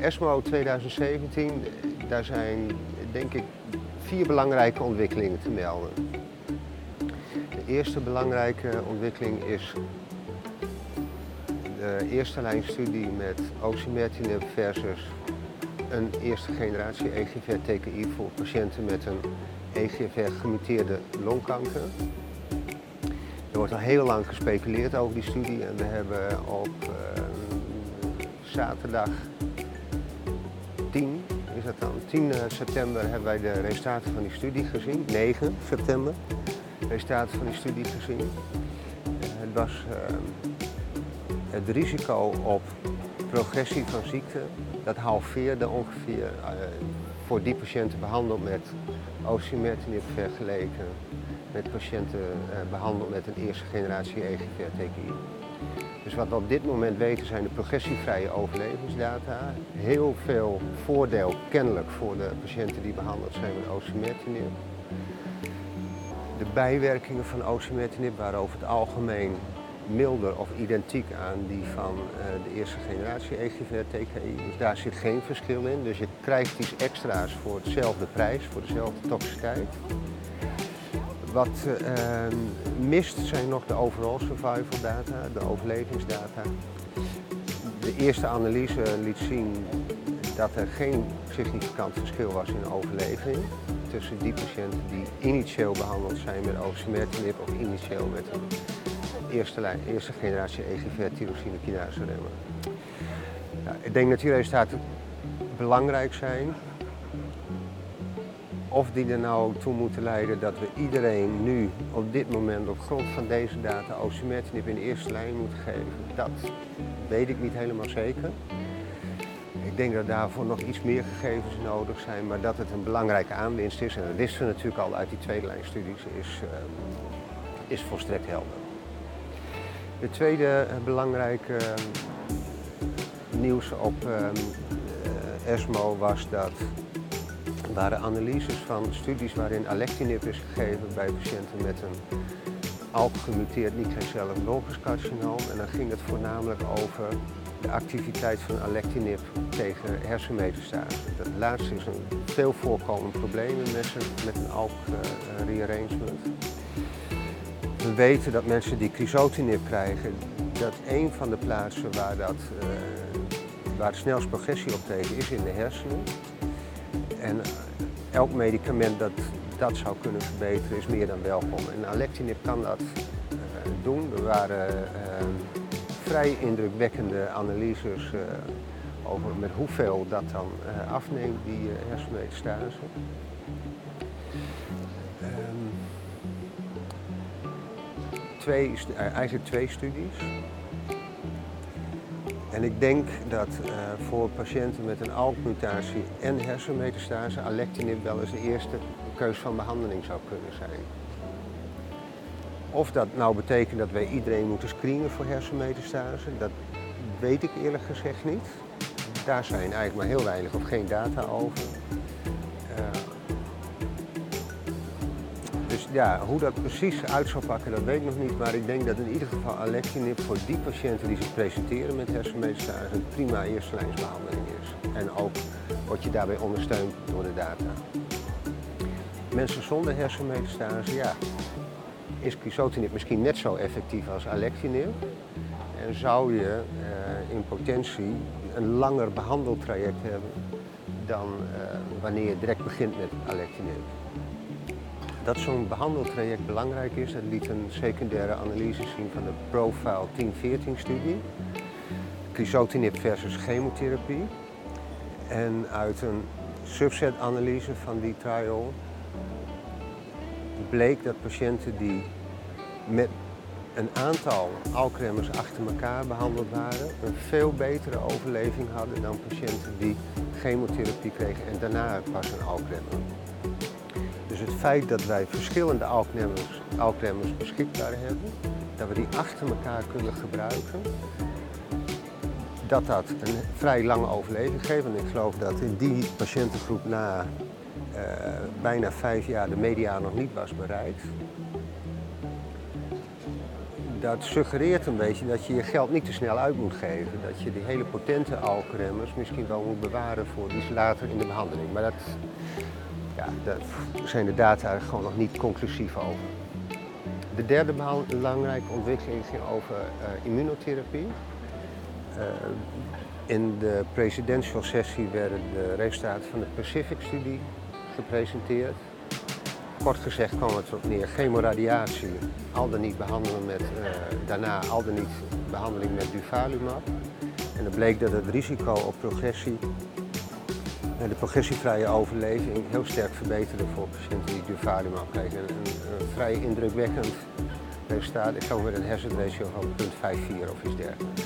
ESMO 2017, daar zijn denk ik 4 belangrijke ontwikkelingen te melden. De eerste belangrijke ontwikkeling is de eerste lijnstudie met osimertinib versus een eerste generatie EGFR-TKI voor patiënten met een EGFR-gemuteerde longkanker. Er wordt al heel lang gespeculeerd over die studie en we hebben op zaterdag 10 september hebben wij de resultaten van die studie gezien. 9 september, resultaten van die studie gezien. Het was het risico op progressie van ziekte, dat halveerde ongeveer voor die patiënten behandeld met osimertinib vergeleken met patiënten behandeld met een eerste generatie EGFR-TKI. Dus wat we op dit moment weten zijn de progressievrije overlevingsdata. Heel veel voordeel kennelijk voor de patiënten die behandeld zijn met osimertinib. De bijwerkingen van osimertinib waren over het algemeen milder of identiek aan die van de eerste generatie EGFR-TKI. Dus daar zit geen verschil in. Dus je krijgt iets extra's voor hetzelfde prijs, voor dezelfde toxiciteit. Wat mist zijn nog de overall survival data, de overlevingsdata. De eerste analyse liet zien dat er geen significant verschil was in overleving tussen die patiënten die initieel behandeld zijn met osimertinib of initieel met een eerste generatie EGFR-tyrosine kinase remmer. Nou, ik denk dat die resultaten belangrijk zijn. Of die er nou toe moeten leiden dat we iedereen nu op dit moment op grond van deze data osimertinib in de eerste lijn moeten geven, dat weet ik niet helemaal zeker. Ik denk dat daarvoor nog iets meer gegevens nodig zijn, maar dat het een belangrijke aanwinst is, en dat wisten we natuurlijk al uit die tweede lijnstudies, is volstrekt helder. De tweede belangrijke nieuws op ESMO was dat er waren analyses van studies waarin alectinib is gegeven bij patiënten met een ALK-gemuteerd niet-kleincellig longuscarcinoom. En dan ging het voornamelijk over de activiteit van alectinib tegen hersenmetastase. Dat laatste is een veel voorkomend probleem in mensen met een ALK-rearrangement. We weten dat mensen die crizotinib krijgen, dat een van de plaatsen waar het snelst progressie optreden is in de hersenen. En elk medicament dat zou kunnen verbeteren is meer dan welkom. En alectinib kan dat doen. Er waren vrij indrukwekkende analyses over met hoeveel dat dan afneemt, die hersenmetastase. Eigenlijk twee studies. En ik denk dat voor patiënten met een ALK-mutatie en hersenmetastase alectinib wel eens de eerste keus van behandeling zou kunnen zijn. Of dat nou betekent dat wij iedereen moeten screenen voor hersenmetastase, dat weet ik eerlijk gezegd niet. Daar zijn eigenlijk maar heel weinig of geen data over. Dus ja, hoe dat precies uit zal pakken, dat weet ik nog niet. Maar ik denk dat in ieder geval alectinib voor die patiënten die zich presenteren met hersenmetastase een prima eerstelijnsbehandeling is. En ook word je daarbij ondersteund door de data. Mensen zonder hersenmetastase, ja, is crizotinib misschien net zo effectief als alectinib. En zou je in potentie een langer behandeltraject hebben dan wanneer je direct begint met alectinib. Dat zo'n behandeltraject belangrijk is, dat liet een secundaire analyse zien van de Profile 1014-studie. Crizotinib versus chemotherapie. En uit een subsetanalyse van die trial bleek dat patiënten die met een aantal ALK-remmers achter elkaar behandeld waren, een veel betere overleving hadden dan patiënten die chemotherapie kregen en daarna pas een ALK-remmer. Dus het feit dat wij verschillende ALK-remmers beschikbaar hebben, dat we die achter elkaar kunnen gebruiken, dat een vrij lange overleving geeft. En ik geloof dat in die patiëntengroep na bijna 5 jaar de mediaan nog niet was bereikt. dat suggereert een beetje dat je je geld niet te snel uit moet geven. Dat je die hele potente alcoholremmers misschien wel moet bewaren voor iets later in de behandeling. Maar daar zijn de data gewoon nog niet conclusief over. De derde belangrijke ontwikkeling ging over immunotherapie. In de presidential sessie werden de resultaten van de Pacific-studie gepresenteerd. Kort gezegd kwam het erop neer, chemoradiatie, al dan niet behandelen met, daarna al dan niet behandeling met durvalumab. En het bleek dat het risico op progressie en de progressievrije overleving heel sterk verbeterde voor patiënten die durvalumab kregen. Een vrij indrukwekkend resultaat. Ik kwam met een hazard ratio van 0,54 of iets dergelijks.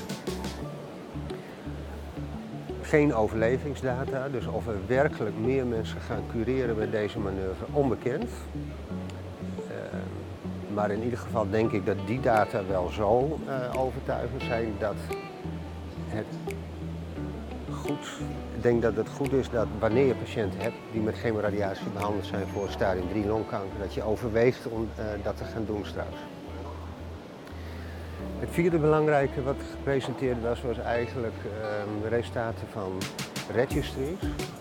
Geen overlevingsdata, dus of we werkelijk meer mensen gaan cureren met deze manoeuvre, onbekend. Maar in ieder geval denk ik dat die data wel zo overtuigend zijn dat het goed is dat wanneer je patiënten hebt die met chemoradiatie behandeld zijn voor stadium 3 longkanker, dat je overweegt om dat te gaan doen straks. Het vierde belangrijke wat gepresenteerd was eigenlijk de resultaten van registries.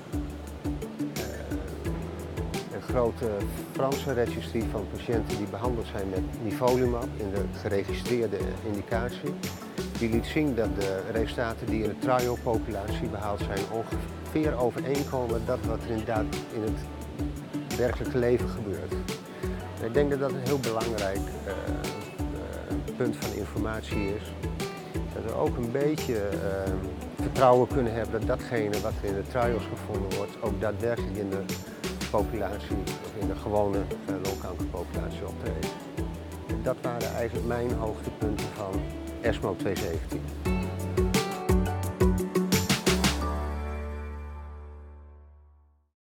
Een grote Franse registrie van patiënten die behandeld zijn met nivolumab in de geregistreerde indicatie. Die liet zien dat de resultaten die in de trial-populatie behaald zijn ongeveer overeenkomen dat wat er inderdaad in het werkelijke leven gebeurt. En ik denk dat dat een heel belangrijk punt van informatie is. Dat we ook een beetje vertrouwen kunnen hebben dat datgene wat er in de trials gevonden wordt ook daadwerkelijk in de populatie, of in de gewone longkankerpopulatie optreedt. Dat waren eigenlijk mijn hoogtepunten van ESMO 2017.